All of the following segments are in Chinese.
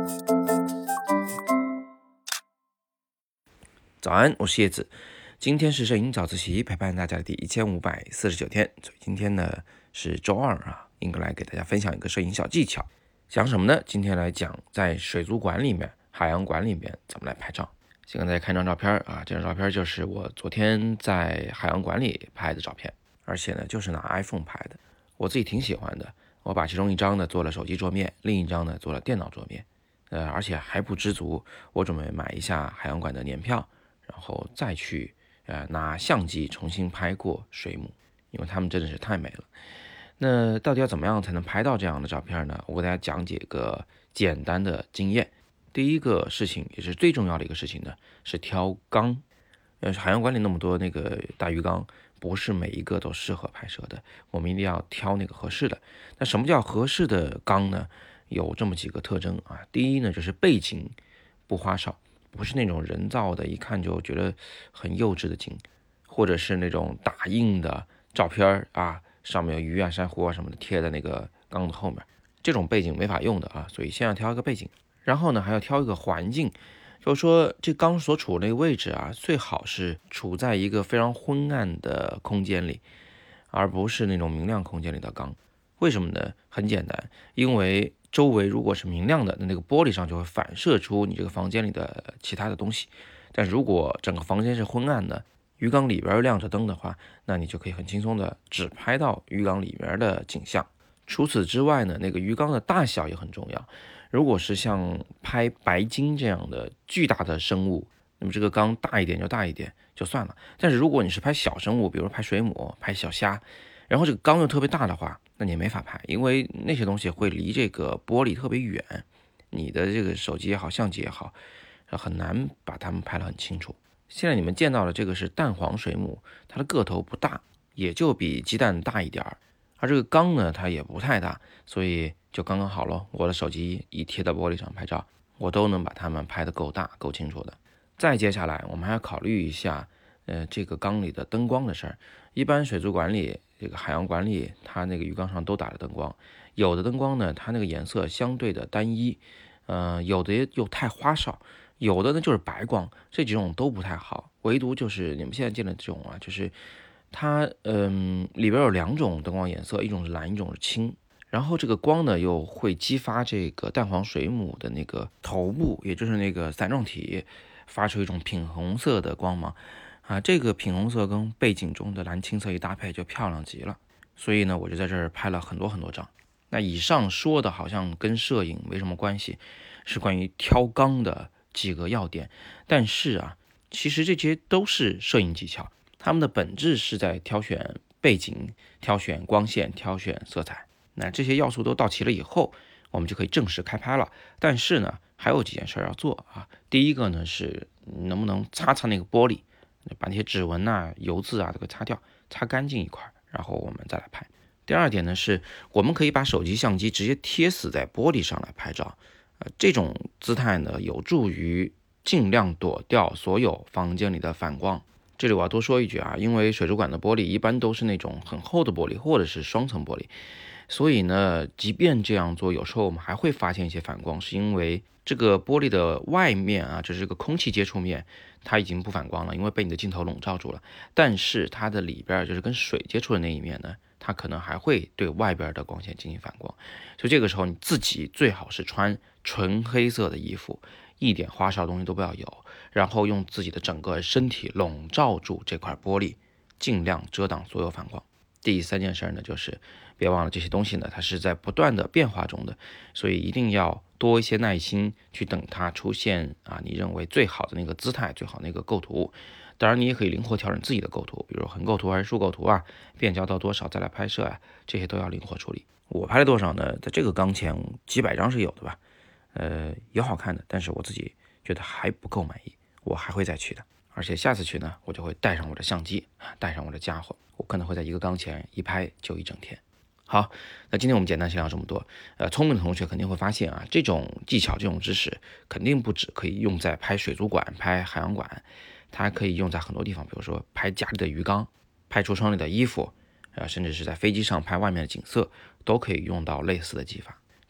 早安，我是叶子。今天是摄影早自习陪伴大家的第1549天，所以今天呢是周二啊，应该来给大家分享一个摄影小技巧。讲什么呢？今天来讲在水族馆里面、海洋馆里面怎么来拍照。先给大家看张照片啊，这张照片就是我昨天在海洋馆里拍的照片，而且呢就是拿 iPhone 拍的，我自己挺喜欢的。我把其中一张呢做了手机桌面，另一张呢做了电脑桌面，而且还不知足，我准备买一下海洋馆的年票。然后再去拿相机重新拍过水母，因为它们真的是太美了。那到底要怎么样才能拍到这样的照片呢？我给大家讲几个简单的经验。第一个事情也是最重要的一个事情呢，是挑缸。海洋馆里那么多那个大鱼缸，不是每一个都适合拍摄的，我们一定要挑那个合适的。那什么叫合适的缸呢？有这么几个特征啊。第一呢，就是背景不花哨，不是那种人造的，一看就觉得很幼稚的景，或者是那种打印的照片啊，上面有鱼啊、珊瑚啊什么的贴在那个缸的后面，这种背景没法用的啊。所以先要挑一个背景，然后呢还要挑一个环境，就是说这缸所处的那个位置啊，最好是处在一个非常昏暗的空间里，而不是那种明亮空间里的缸。为什么呢？很简单，因为周围如果是明亮的，那个玻璃上就会反射出你这个房间里的其他的东西。但是如果整个房间是昏暗的，鱼缸里边亮着灯的话，那你就可以很轻松的只拍到鱼缸里面的景象。除此之外呢，那个鱼缸的大小也很重要。如果是像拍白鲸这样的巨大的生物，那么这个缸大一点就大一点就算了。但是如果你是拍小生物，比如拍水母、拍小虾，然后这个缸又特别大的话，那你也没法拍，因为那些东西会离这个玻璃特别远，你的这个手机也好，相机也好，很难把它们拍得很清楚。现在你们见到的这个是蛋黄水母，它的个头不大，也就比鸡蛋大一点，而这个缸呢，它也不太大，所以就刚刚好咯。我的手机一贴到玻璃上拍照，我都能把它们拍得够大、够清楚的。再接下来，我们还要考虑一下，这个缸里的灯光的事儿。一般水族馆里、这个海洋馆里，它那个鱼缸上都打了灯光，有的灯光呢，它那个颜色相对的单一，有的又太花哨，有的呢就是白光，这几种都不太好。唯独就是你们现在见的这种啊，就是它里边有两种灯光颜色，一种是蓝，一种是青。然后这个光呢又会激发这个蛋黄水母的那个头部，也就是那个伞状体，发出一种品红色的光芒啊，这个品红色跟背景中的蓝青色一搭配就漂亮极了。所以呢，我就在这儿拍了很多张。那以上说的好像跟摄影没什么关系，是关于挑缸的几个要点。但是啊，其实这些都是摄影技巧，它们的本质是在挑选背景、挑选光线、挑选色彩。那这些要素都到齐了以后，我们就可以正式开拍了。但是呢，还有几件事要做啊。第一个呢是能不能擦那个玻璃，把那些指纹啊、油渍啊都给擦掉，擦干净一块，然后我们再来拍。第二点呢是，我们可以把手机相机直接贴死在玻璃上来拍照，这种姿态呢有助于尽量躲掉所有房间里的反光。这里我要多说一句啊，因为水族馆的玻璃一般都是那种很厚的玻璃或者是双层玻璃，所以呢，即便这样做，有时候我们还会发现一些反光，是因为这个玻璃的外面啊，就是这个空气接触面，它已经不反光了，因为被你的镜头笼罩住了。但是它的里边就是跟水接触的那一面呢，它可能还会对外边的光线进行反光。所以这个时候你自己最好是穿纯黑色的衣服，一点花哨的东西都不要有，然后用自己的整个身体笼罩住这块玻璃，尽量遮挡所有反光。第三件事呢，就是别忘了这些东西呢，它是在不断的变化中的，所以一定要多一些耐心去等它出现啊，你认为最好的那个姿态，最好那个构图。当然，你也可以灵活调整自己的构图，比如横构图还是竖构图啊，变焦到多少再来拍摄啊，这些都要灵活处理。我拍了多少呢？在这个缸前几百张是有的吧，有好看的，但是我自己觉得还不够满意，我还会再去的。而且下次去呢，我就会带上我的相机，带上我的家伙，我可能会在一个缸前一拍就一整天。好，那今天我们简单先聊这么多。聪明的同学肯定会发现啊，这种技巧、这种知识肯定不止可以用在拍水族馆、拍海洋馆，它还可以用在很多地方，比如说拍家里的鱼缸、拍橱窗里的衣服，甚至是在飞机上拍外面的景色，都可以用到类似的技法。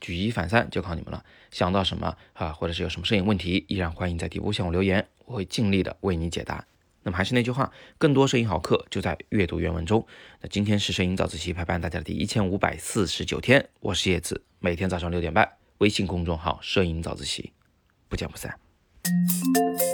举一反三就靠你们了。想到什么或者是有什么摄影问题，依然欢迎在底部向我留言，我会尽力的为你解答。那么还是那句话，更多摄影好课就在阅读原文中。那今天是摄影早自习陪伴大家的第1549天，我是叶子，每天早上6点半，微信公众号摄影早自习，不见不散。